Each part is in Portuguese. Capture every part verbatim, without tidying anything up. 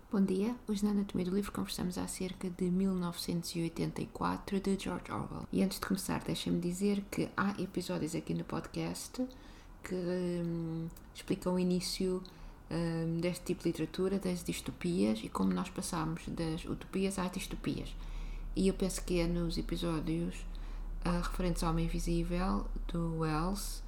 Bom dia, hoje na Anatomia do Livro conversamos acerca de mil novecentos e oitenta e quatro de George Orwell. E antes de começar, deixem-me dizer que há episódios aqui no podcast que hum, explicam o início hum, deste tipo de literatura, das distopias e como nós passamos das utopias às distopias. E eu penso que é nos episódios uh, referentes ao Homem Invisível, do Wells,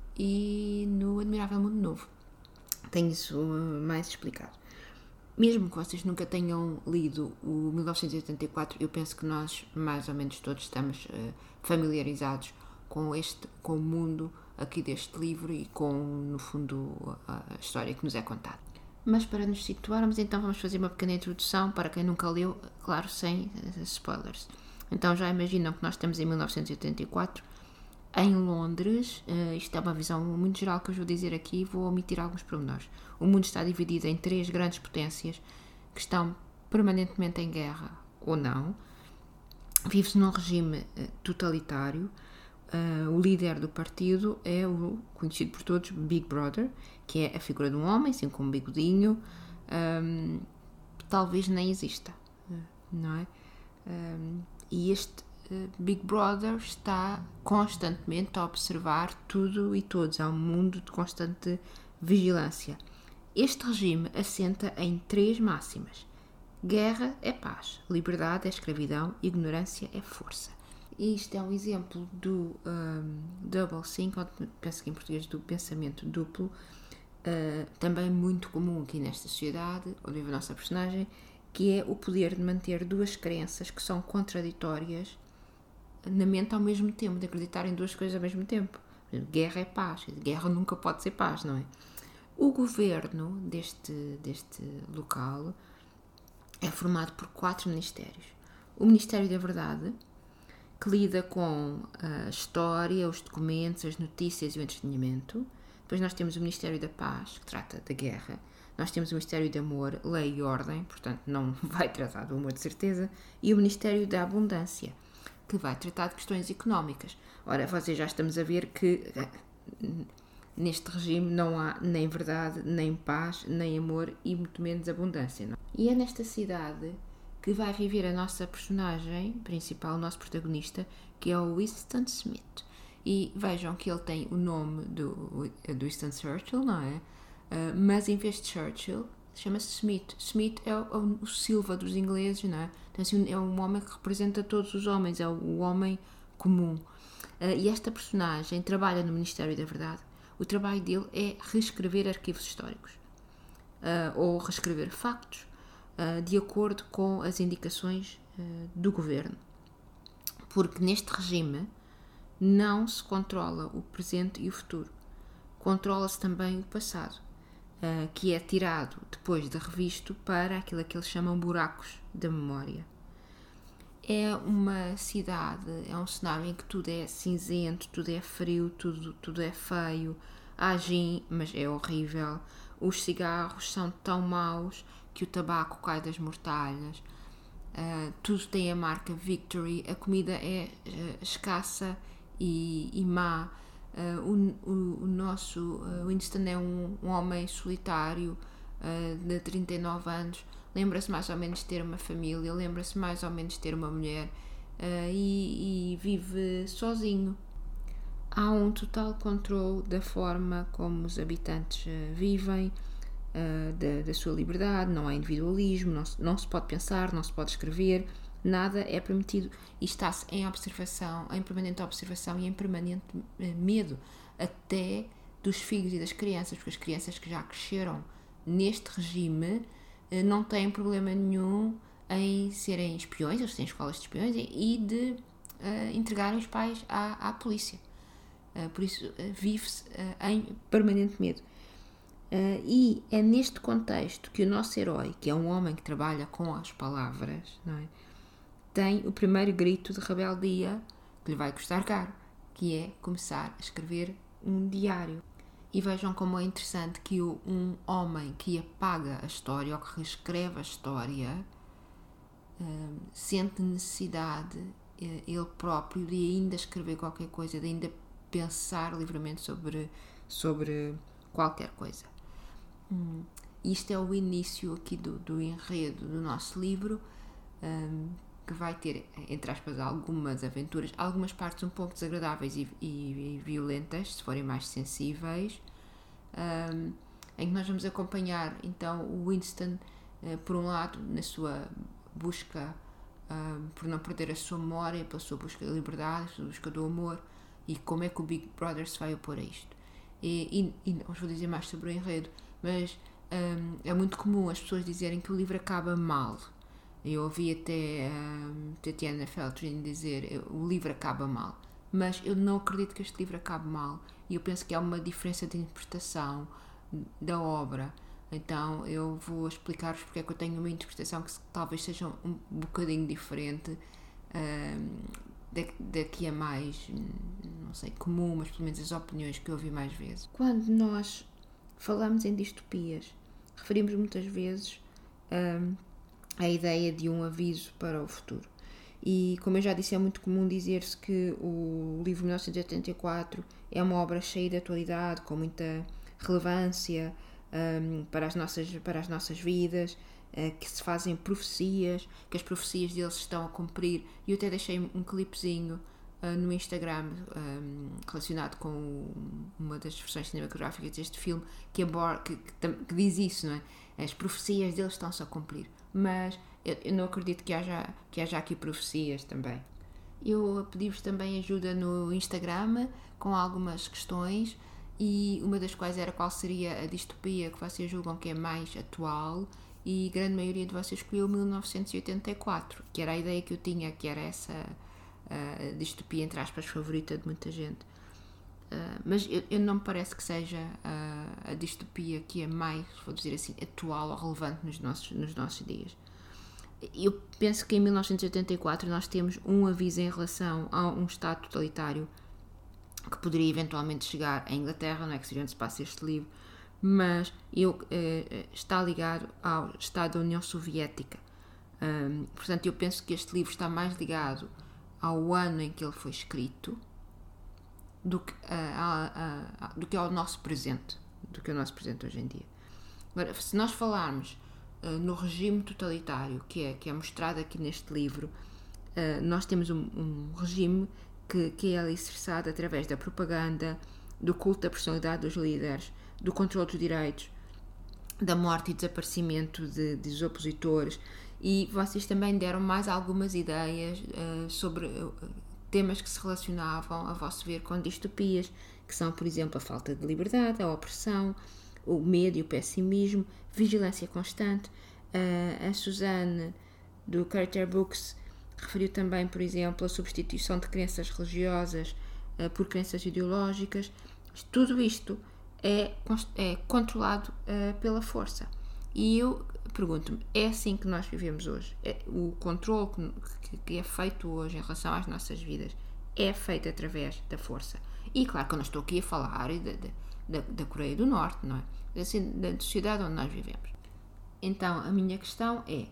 e no Admirável Mundo Novo. Tenho isso uh, mais explicado. Mesmo que vocês nunca tenham lido o mil novecentos e oitenta e quatro, eu penso que nós, mais ou menos todos, estamos uh, familiarizados com, este, com o mundo aqui deste livro e com, no fundo, a história que nos é contada. Mas para nos situarmos, então vamos fazer uma pequena introdução para quem nunca leu, claro, sem uh, spoilers. Então já imaginam que nós estamos em mil novecentos e oitenta e quatro, em Londres. Uh, isto é uma visão muito geral que eu vou dizer aqui, vou omitir alguns pormenores. O mundo está dividido em três grandes potências que estão permanentemente em guerra ou não. Vive-se num regime uh, totalitário. Uh, o líder do partido é o conhecido por todos Big Brother, que é a figura de um homem, assim com um bigodinho, um, talvez nem exista, não é? Um, e este uh, Big Brother está constantemente a observar tudo e todos. Há um mundo de constante vigilância. Este regime assenta em três máximas: guerra é paz, liberdade é escravidão, ignorância é força. E isto é um exemplo do um, double think, ou penso que em português do pensamento duplo, uh, também muito comum aqui nesta sociedade, onde vive a nossa personagem, que é o poder de manter duas crenças que são contraditórias na mente ao mesmo tempo, de acreditar em duas coisas ao mesmo tempo. Guerra é paz, guerra nunca pode ser paz, não é? O governo deste, deste local é formado por quatro ministérios. O Ministério da Verdade, que lida com a história, os documentos, as notícias e o entretenimento. Depois nós temos o Ministério da Paz, que trata da guerra. Nós temos o Ministério do Amor, lei e ordem, portanto não vai tratar do amor de certeza. E o Ministério da Abundância, que vai tratar de questões económicas. Ora, vocês já estamos a ver que neste regime não há nem verdade, nem paz, nem amor e muito menos abundância. Não? E é nesta cidade que vai viver a nossa personagem principal, o nosso protagonista, que é o Winston Smith. E vejam que ele tem o nome do, do Winston Churchill, não é? Uh, mas em vez de Churchill, chama-se Smith. Smith é o, o Silva dos ingleses, não é? Então, assim, é um homem que representa todos os homens, é o, o homem comum. Uh, e esta personagem trabalha no Ministério da Verdade. O trabalho dele é reescrever arquivos históricos, uh, ou reescrever factos, uh, de acordo com as indicações uh, do governo. Porque neste regime não se controla o presente e o futuro. Controla-se também o passado, uh, que é tirado depois de revisto para aquilo que eles chamam buracos da memória. É uma cidade, é um cenário em que tudo é cinzento, tudo é frio, tudo, tudo é feio. Há gin, mas é horrível. Os cigarros são tão maus que o tabaco cai das mortalhas. Uh, tudo tem a marca Victory. A comida é uh, escassa e, e má. Uh, o, o, o nosso uh, Winston é um, um homem solitário uh, de trinta e nove anos. Lembra-se mais ou menos de ter uma família, lembra-se mais ou menos de ter uma mulher, uh, e, e vive sozinho. Há um total controle da forma como os habitantes uh, vivem, uh, da, da sua liberdade, não há individualismo, não se, não se pode pensar, não se pode escrever, nada é permitido e está-se em observação, em permanente observação e em permanente uh, medo, até dos filhos e das crianças, porque as crianças que já cresceram neste regime não têm problema nenhum em serem espiões, eles têm escolas de espiões, e de uh, entregarem os pais à, à polícia. Uh, por isso uh, vive-se uh, em permanente medo. Uh, e é neste contexto que o nosso herói, que é um homem que trabalha com as palavras, não é, tem o primeiro grito de rebeldia que lhe vai custar caro, que é começar a escrever um diário. E vejam como é interessante que um homem que apaga a história, ou que reescreve a história, uh, sente necessidade, uh, ele próprio, de ainda escrever qualquer coisa, de ainda pensar livremente sobre, sobre qualquer coisa. Hum. isto é o início aqui do, do enredo do nosso livro, um, que vai ter, entre aspas, algumas aventuras, algumas partes um pouco desagradáveis e, e, e violentas, se forem mais sensíveis, um, em que nós vamos acompanhar então o Winston, uh, por um lado, na sua busca um, por não perder a sua memória, pela sua busca da liberdade, pela sua busca do amor, e como é que o Big Brother se vai opor a isto. E, e, e não vou dizer mais sobre o enredo, mas um, é muito comum as pessoas dizerem que o livro acaba mal. Eu ouvi até um, Tatiana Feltrin dizer o livro acaba mal, mas eu não acredito que este livro acabe mal, e eu penso que há uma diferença de interpretação da obra. Então eu vou explicar-vos porque é que eu tenho uma interpretação que talvez seja um bocadinho diferente um, daqui a mais, não sei, comum, mas pelo menos as opiniões que eu ouvi mais vezes. Quando nós falamos em distopias, referimos muitas vezes um, a ideia de um aviso para o futuro. E, como eu já disse, é muito comum dizer-se que o livro mil novecentos e oitenta e quatro é uma obra cheia de atualidade, com muita relevância um, para, as nossas, para as nossas vidas, uh, que se fazem profecias, que as profecias deles estão a cumprir. E eu até deixei um clipezinho uh, no Instagram um, relacionado com o, uma das versões cinematográficas deste filme, que, aborda, que, que, que diz isso, não é? As profecias deles estão-se a cumprir. Mas eu, eu não acredito que haja, que haja aqui profecias também. Eu pedi-vos também ajuda no Instagram com algumas questões, e uma das quais era qual seria a distopia que vocês julgam que é mais atual, e a grande maioria de vocês escolheu mil novecentos e oitenta e quatro, que era a ideia que eu tinha, que era essa uh, distopia, entre aspas, favorita de muita gente. Uh, mas eu, eu não me parece que seja uh, a distopia que é mais, vou dizer assim, atual ou relevante nos nossos, nos nossos dias. Eu penso que em mil novecentos e oitenta e quatro nós temos um aviso em relação a um Estado totalitário que poderia eventualmente chegar à Inglaterra, não é que seja onde se passa este livro, mas eu, uh, está ligado ao Estado da União Soviética. Um, portanto, eu penso que este livro está mais ligado ao ano em que ele foi escrito, do que, a, a, a, do que ao nosso presente, do que ao nosso presente hoje em dia. Agora, se nós falarmos uh, no regime totalitário que é, que é mostrado aqui neste livro, uh, nós temos um, um regime que, que é alicerçado através da propaganda, do culto da personalidade dos líderes, do controle dos direitos, da morte e desaparecimento de, de dos opositores, e vocês também deram mais algumas ideias uh, sobre uh, temas que se relacionavam, a vosso ver, com distopias, que são, por exemplo, a falta de liberdade, a opressão, o medo e o pessimismo, vigilância constante. Uh, a Suzanne, do Carter Books, referiu também, por exemplo, a substituição de crenças religiosas uh, por crenças ideológicas. Tudo isto é, é controlado uh, pela força. E eu pergunto-me, é assim que nós vivemos hoje? É, o controle que, que é feito hoje em relação às nossas vidas é feito através da força. E claro que eu não estou aqui a falar da, da, da Coreia do Norte, não é? Da, da sociedade onde nós vivemos. Então, a minha questão é,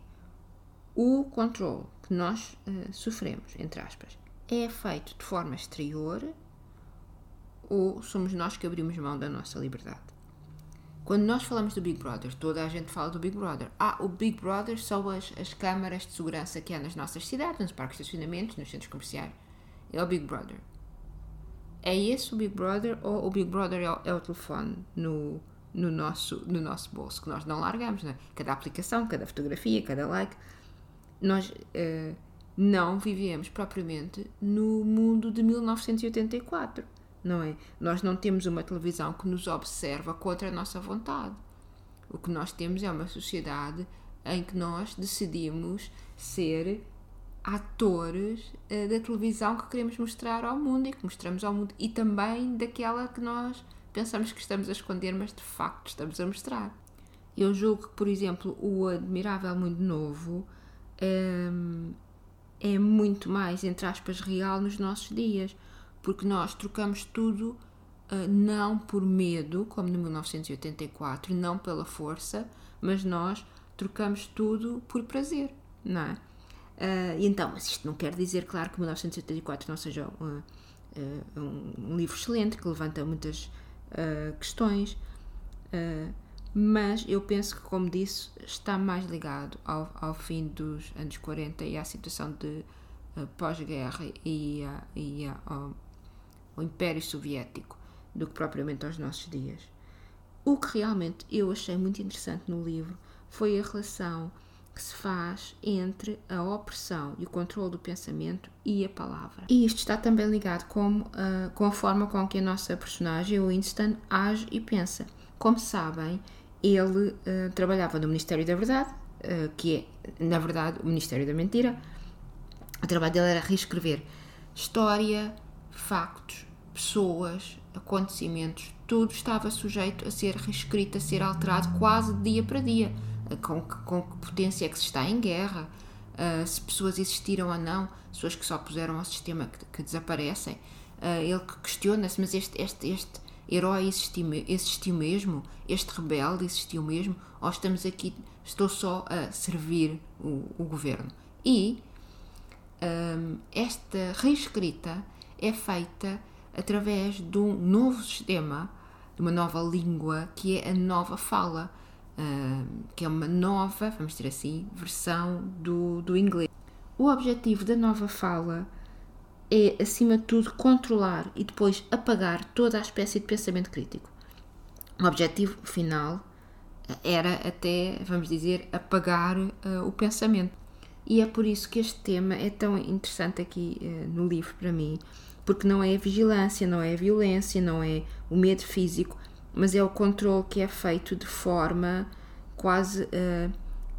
o controle que nós uh, sofremos, entre aspas, é feito de forma exterior ou somos nós que abrimos mão da nossa liberdade? Quando nós falamos do Big Brother, toda a gente fala do Big Brother. Ah, o Big Brother são as, as câmaras de segurança que há nas nossas cidades, nos parques de estacionamentos, nos centros comerciais. É o Big Brother. É esse o Big Brother, ou o Big Brother é o, é o telefone no, no, nosso, no nosso bolso, que nós não largamos, não é? Cada aplicação, cada fotografia, cada like. Nós uh, não vivemos propriamente no mundo de mil novecentos e oitenta e quatro. Não é? Nós não temos uma televisão que nos observa contra a nossa vontade. O que nós temos é uma sociedade em que nós decidimos ser atores uh, da televisão que queremos mostrar ao mundo e que mostramos ao mundo, e também daquela que nós pensamos que estamos a esconder, mas de facto estamos a mostrar. Eu julgo que, por exemplo, o Admirável Mundo Novo um, é muito mais, entre aspas, real nos nossos dias, porque nós trocamos tudo uh, não por medo, como no mil novecentos e oitenta e quatro, não pela força, mas nós trocamos tudo por prazer, não é? Uh, e então, mas isto não quer dizer, claro, que mil novecentos e oitenta e quatro não seja uh, uh, um, um livro excelente, que levanta muitas uh, questões, uh, mas eu penso que, como disse, está mais ligado ao, ao fim dos anos quarenta e à situação de uh, pós-guerra e, a, e a, ao, ao Império Soviético do que propriamente aos nossos dias. O que realmente eu achei muito interessante no livro foi a relação que se faz entre a opressão e o controle do pensamento e a palavra. E isto está também ligado com, uh, com a forma com que a nossa personagem, o Winston, age e pensa. Como sabem, ele uh, trabalhava no Ministério da Verdade, uh, que é, na verdade, o Ministério da Mentira. O trabalho dele era reescrever história, factos, pessoas, acontecimentos, tudo estava sujeito a ser reescrito, a ser alterado quase dia para dia. Com que, com que potência é que se está em guerra, uh, se pessoas existiram ou não, pessoas que só puseram ao sistema que, que desaparecem. Uh, ele questiona-se, mas este, este, este herói existiu, existiu mesmo? Este rebelde existiu mesmo? Ou estamos aqui, estou só a servir o, o governo? E um, esta reescrita é feita através de um novo sistema, de uma nova língua, que é a nova fala. Uh, que é uma nova, vamos dizer assim, versão do, do inglês. O objetivo da nova fala é, acima de tudo, controlar e depois apagar toda a espécie de pensamento crítico. O objetivo final era até, vamos dizer, apagar uh, o pensamento. E é por isso que este tema é tão interessante aqui uh, no livro para mim, porque não é a vigilância, não é a violência, não é o medo físico, mas é o controle que é feito de forma quase uh,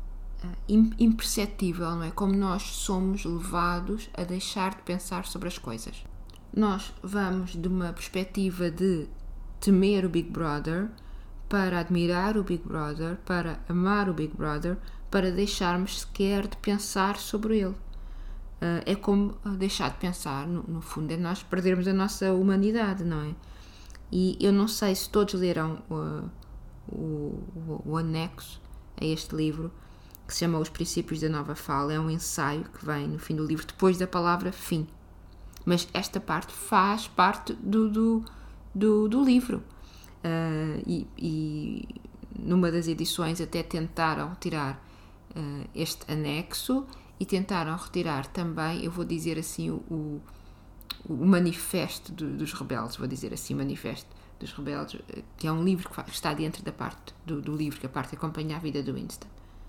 uh, imperceptível, não é? Como nós somos levados a deixar de pensar sobre as coisas. Nós vamos de uma perspectiva de temer o Big Brother para admirar o Big Brother, para amar o Big Brother, para deixarmos sequer de pensar sobre ele. Uh, é como deixar de pensar, no, no fundo, é nós perdermos a nossa humanidade, não é? E eu não sei se todos leram uh, o, o, o anexo a este livro, que se chama Os Princípios da Nova Fala. É um ensaio que vem no fim do livro, depois da palavra fim. Mas esta parte faz parte do, do, do, do livro. Uh, e, e numa das edições até tentaram tirar uh, este anexo e tentaram retirar também, eu vou dizer assim, o o manifesto do, dos rebeldes, vou dizer assim, manifesto dos rebeldes, que é um livro que está dentro da parte do, do livro, que a parte acompanha a vida do Winston.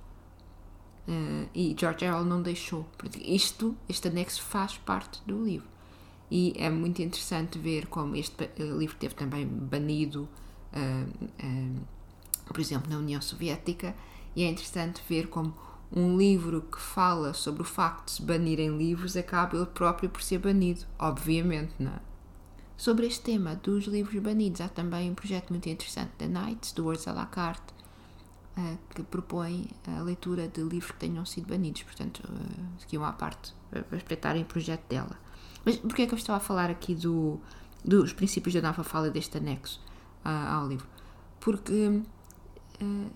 Uh, e George Orwell não deixou, porque isto, este anexo faz parte do livro. E é muito interessante ver como este livro teve também banido, uh, uh, por exemplo, na União Soviética, e é interessante ver como um livro que fala sobre o facto de se banirem livros acaba ele próprio por ser banido, obviamente, não é? Sobre este tema dos livros banidos, há também um projeto muito interessante da Knights, do Words à la carte, uh, que propõe a leitura de livros que tenham sido banidos, portanto, uh, aqui uma parte para espreitarem o projeto dela. Mas porquê é que eu estava a falar aqui do, dos princípios da nova fala deste anexo uh, ao livro? Porque uh,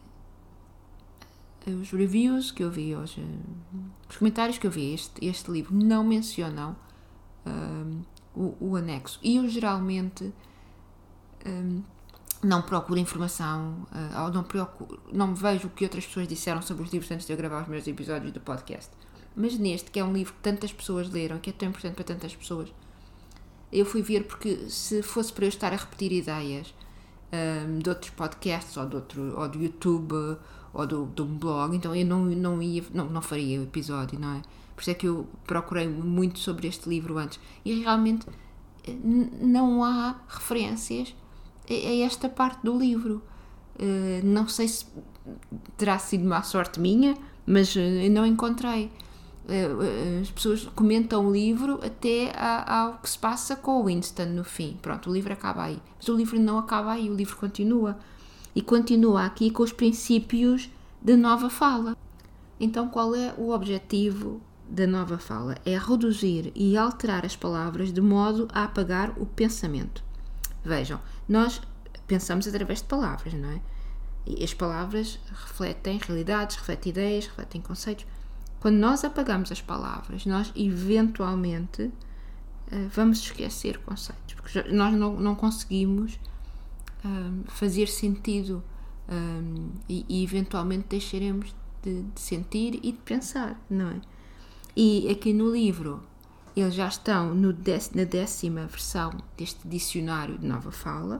os reviews que eu vi hoje, os comentários que eu vi este, este livro não mencionam um, o, o anexo, e eu geralmente um, não procuro informação uh, ou não, procuro, não vejo o que outras pessoas disseram sobre os livros antes de eu gravar os meus episódios do podcast, mas neste, que é um livro que tantas pessoas leram, que é tão importante para tantas pessoas, eu fui ver, porque se fosse para eu estar a repetir ideias um, de outros podcasts ou de, outro, ou de YouTube ou do, do blog, então eu não, não, ia, não, não faria o episódio, não é? Por isso é que eu procurei muito sobre este livro antes. E realmente n- não há referências a, a esta parte do livro. Uh, não sei se terá sido má sorte minha, mas uh, eu não encontrei. Uh, uh, as pessoas comentam o livro até a, ao que se passa com o Winston no fim. Pronto, o livro acaba aí. Mas o livro não acaba aí, o livro continua. E continua aqui com os princípios da nova fala. Então, qual é o objetivo da nova fala? É reduzir e alterar as palavras de modo a apagar o pensamento. Vejam, nós pensamos através de palavras, não é? E as palavras refletem realidades, refletem ideias, refletem conceitos. Quando nós apagamos as palavras, nós eventualmente vamos esquecer conceitos, porque nós não, não conseguimos fazer sentido um, e, e eventualmente deixaremos de, de sentir e de pensar, não é? E aqui no livro eles já estão no dec, na décima versão deste dicionário de nova fala,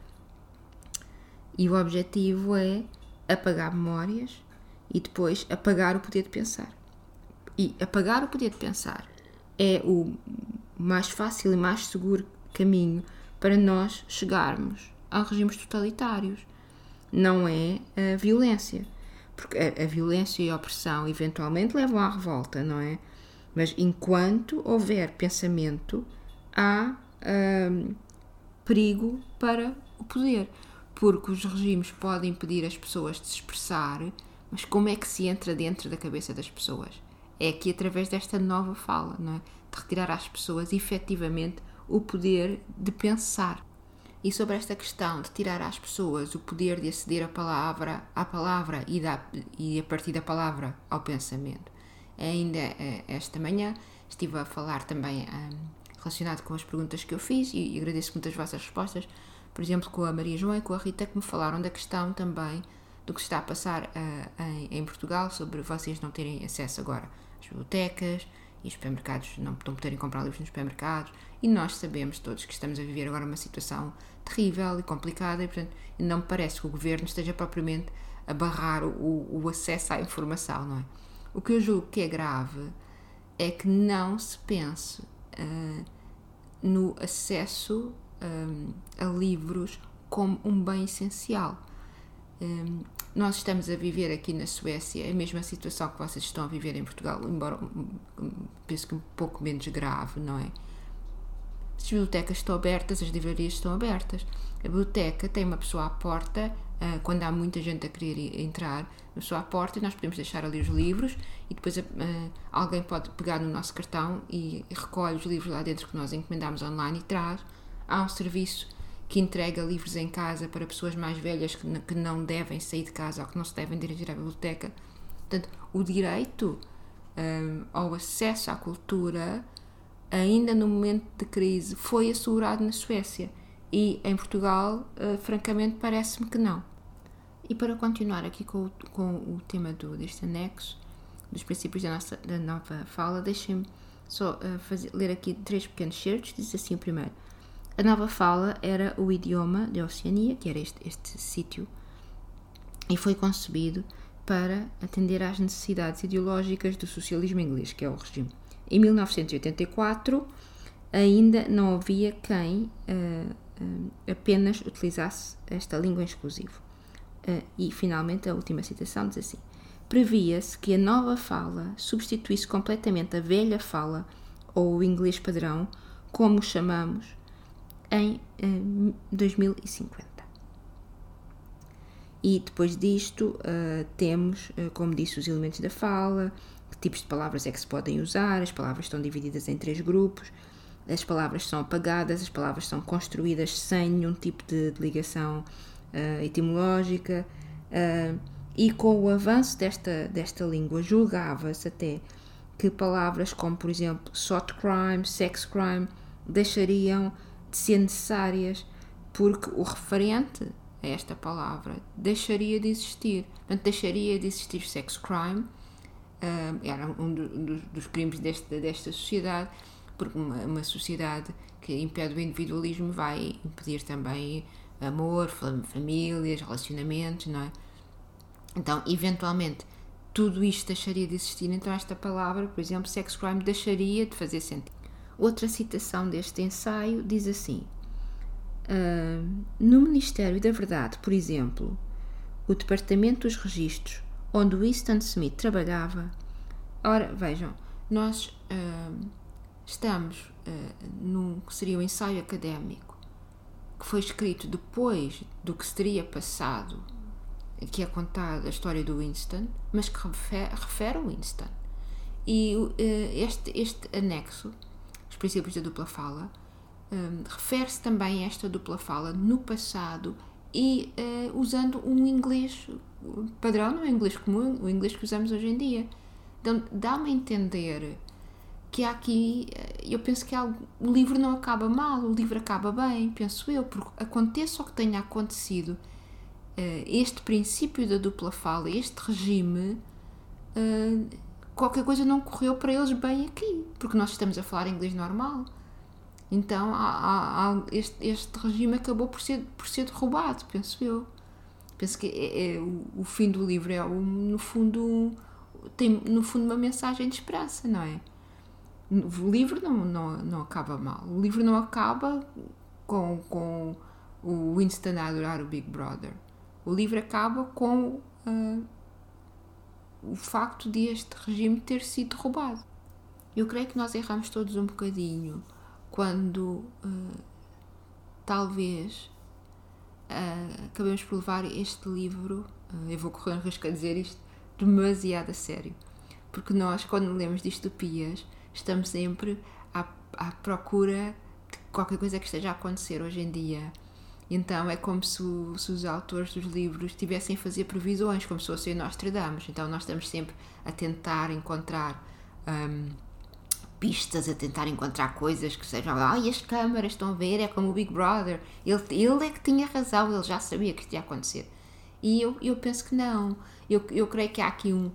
e o objetivo é apagar memórias e depois apagar o poder de pensar. E apagar o poder de pensar é o mais fácil e mais seguro caminho para nós chegarmos a regimes totalitários. Não é a violência, porque a, a violência e a opressão eventualmente levam à revolta, não é? Mas enquanto houver pensamento, há hum, perigo para o poder, porque os regimes podem impedir as pessoas de se expressar, mas como é que se entra dentro da cabeça das pessoas? É aqui através desta nova fala, não é? De retirar às pessoas efetivamente o poder de pensar. E sobre esta questão de tirar às pessoas o poder de aceder à palavra, à palavra e, da, e a partir da palavra ao pensamento. Ainda esta manhã estive a falar também um, relacionado com as perguntas que eu fiz e, e agradeço muito as vossas respostas, por exemplo, com a Maria João e com a Rita, que me falaram da questão também do que se está a passar uh, em, em Portugal, sobre vocês não terem acesso agora às bibliotecas e os supermercados, não, não poderem comprar livros nos supermercados, e nós sabemos todos que estamos a viver agora uma situação terrível e complicada, e portanto não me parece que o governo esteja propriamente a barrar o, o acesso à informação, não é? O que eu julgo que é grave é que não se pense uh, no acesso um, a livros como um bem essencial. Um, nós estamos a viver aqui na Suécia a mesma situação que vocês estão a viver em Portugal, embora penso que um pouco menos grave, não é? As bibliotecas estão abertas, as livrarias estão abertas. A biblioteca tem uma pessoa à porta, uh, quando há muita gente a querer entrar, uma pessoa à porta, e nós podemos deixar ali os livros e depois uh, alguém pode pegar no nosso cartão e, e recolhe os livros lá dentro que nós encomendamos online e traz. Há um serviço que entrega livros em casa para pessoas mais velhas que, que não devem sair de casa ou que não se devem dirigir à biblioteca. Portanto, o direito um, ao acesso à cultura, ainda no momento de crise, foi assegurado na Suécia, e em Portugal, uh, francamente, parece-me que não. E para continuar aqui com o, com o tema do, deste anexo, dos princípios da, nossa, da nova fala, deixem-me só uh, fazer, ler aqui três pequenos certos. Diz assim o primeiro: a nova fala era o idioma da Oceania, que era este, este sítio, e foi concebido para atender às necessidades ideológicas do socialismo inglês, que é o regime. Em mil novecentos e oitenta e quatro ainda não havia quem uh, uh, apenas utilizasse esta língua em exclusivo. Uh, e finalmente a última citação diz assim: previa-se que a nova fala substituísse completamente a velha fala, ou o inglês padrão, como o chamamos, em uh, dois mil e cinquenta. E depois disto uh, temos, uh, como disse, os elementos da fala, que tipos de palavras é que se podem usar. As palavras estão divididas em três grupos, as palavras são apagadas, as palavras são construídas sem nenhum tipo de, de ligação uh, etimológica, uh, e com o avanço desta, desta língua julgava-se até que palavras como, por exemplo, thought crime, sex crime, deixariam de ser necessárias, porque o referente a esta palavra deixaria de existir. Portanto, deixaria de existir sex crime, uh, era um do, do, dos crimes desta, desta sociedade, porque uma, uma sociedade que impede o individualismo vai impedir também amor, famílias, relacionamentos, não é? Então, eventualmente, tudo isto deixaria de existir, então esta palavra, por exemplo, sex crime, deixaria de fazer sentido. Outra citação deste ensaio diz assim: uh, no Ministério da Verdade, por exemplo, o Departamento dos Registros, onde Winston Smith trabalhava. Ora, vejam, nós uh, estamos uh, num que seria um ensaio académico que foi escrito depois do que se teria passado, que é contada a história do Winston, mas que refere, refere o Winston. E uh, este, este anexo, os princípios da dupla fala, um, refere-se também a esta dupla fala no passado e uh, usando um inglês padrão, não é inglês comum, o inglês que usamos hoje em dia. Então dá-me a entender que há aqui, eu penso que há, o livro não acaba mal, o livro acaba bem, penso eu, porque aconteça o que tenha acontecido, este princípio da dupla fala, este regime, qualquer coisa não correu para eles bem aqui, porque nós estamos a falar inglês normal. Então há, há, há este, este regime acabou por ser, por ser derrubado, penso eu. Penso que é, é, o, o fim do livro é, no fundo, tem no fundo uma mensagem de esperança, não é? O livro não, não, não acaba mal. O livro não acaba com, com o Winston a adorar o Big Brother. O livro acaba com uh, o facto de este regime ter sido derrubado. Eu creio que nós erramos todos um bocadinho quando uh, talvez uh, acabemos por levar este livro, uh, eu vou correr um risco a dizer isto, demasiado a sério. Porque nós, quando lemos distopias, estamos sempre à, à procura de qualquer coisa que esteja a acontecer hoje em dia. Então é como se, o, se os autores dos livros estivessem a fazer previsões, como se fosse Nostradamus. Então nós estamos sempre a tentar encontrar um, pistas, a tentar encontrar coisas que sejam, ah, e as câmaras estão a ver, é como o Big Brother, ele, ele é que tinha razão, ele já sabia que isto ia acontecer. E eu, eu penso que não. Eu, eu creio que há aqui um,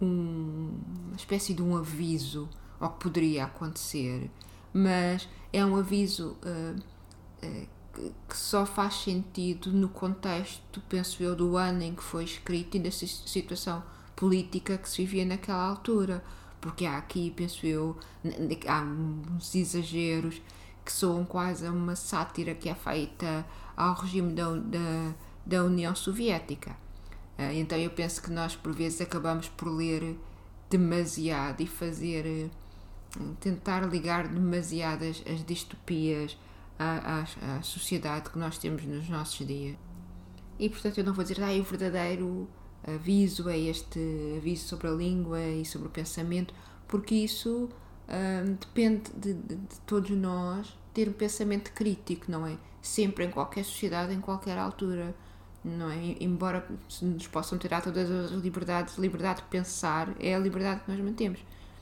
um, uma espécie de um aviso ao que poderia acontecer, mas é um aviso uh, uh, que, que só faz sentido no contexto, penso eu, do ano em que foi escrito e da situação política que se vivia naquela altura, porque há aqui, penso eu, há uns exageros que soam quase a uma sátira que é feita ao regime da, da, da União Soviética. Uh, então eu penso que nós por vezes acabamos por ler demasiado e fazer, tentar ligar demasiadas as distopias à, à, à sociedade que nós temos nos nossos dias. E portanto eu não vou dizer, ah, o verdadeiro aviso é este aviso sobre a língua e sobre o pensamento, porque isso hum, depende de, de, de todos nós ter um pensamento crítico, não é? Sempre, em qualquer sociedade, em qualquer altura, não é? Embora nos possam tirar todas as liberdades, liberdade de pensar é a liberdade que nós mantemos.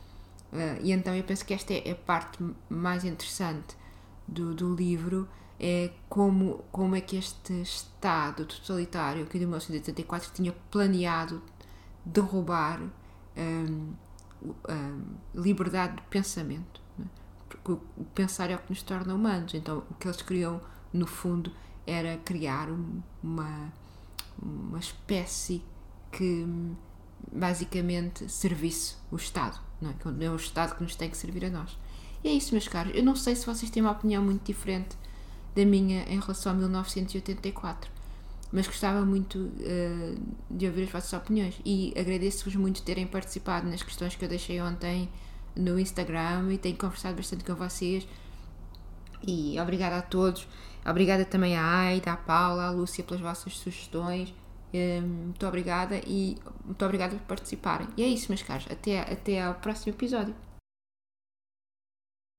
Uh, e então eu penso que esta é a parte mais interessante do, do livro, é como, como é que este Estado totalitário que de mil novecentos e oitenta e quatro tinha planeado derrubar um, um, liberdade de pensamento, né? Porque o pensar é o que nos torna humanos. Então o que eles queriam no fundo era criar um, uma, uma espécie que basicamente servisse o Estado, não é? Não é o Estado que nos tem que servir a nós. E é isso, meus caros. Eu não sei se vocês têm uma opinião muito diferente da minha em relação a mil novecentos e oitenta e quatro, mas gostava muito uh, de ouvir as vossas opiniões e agradeço-vos muito terem participado nas questões que eu deixei ontem no Instagram e tenho conversado bastante com vocês, e obrigada a todos, obrigada também à Aida, à Paula, à Lúcia pelas vossas sugestões, uh, muito obrigada e muito obrigada por participarem. E é isso, meus caros, até, até ao próximo episódio.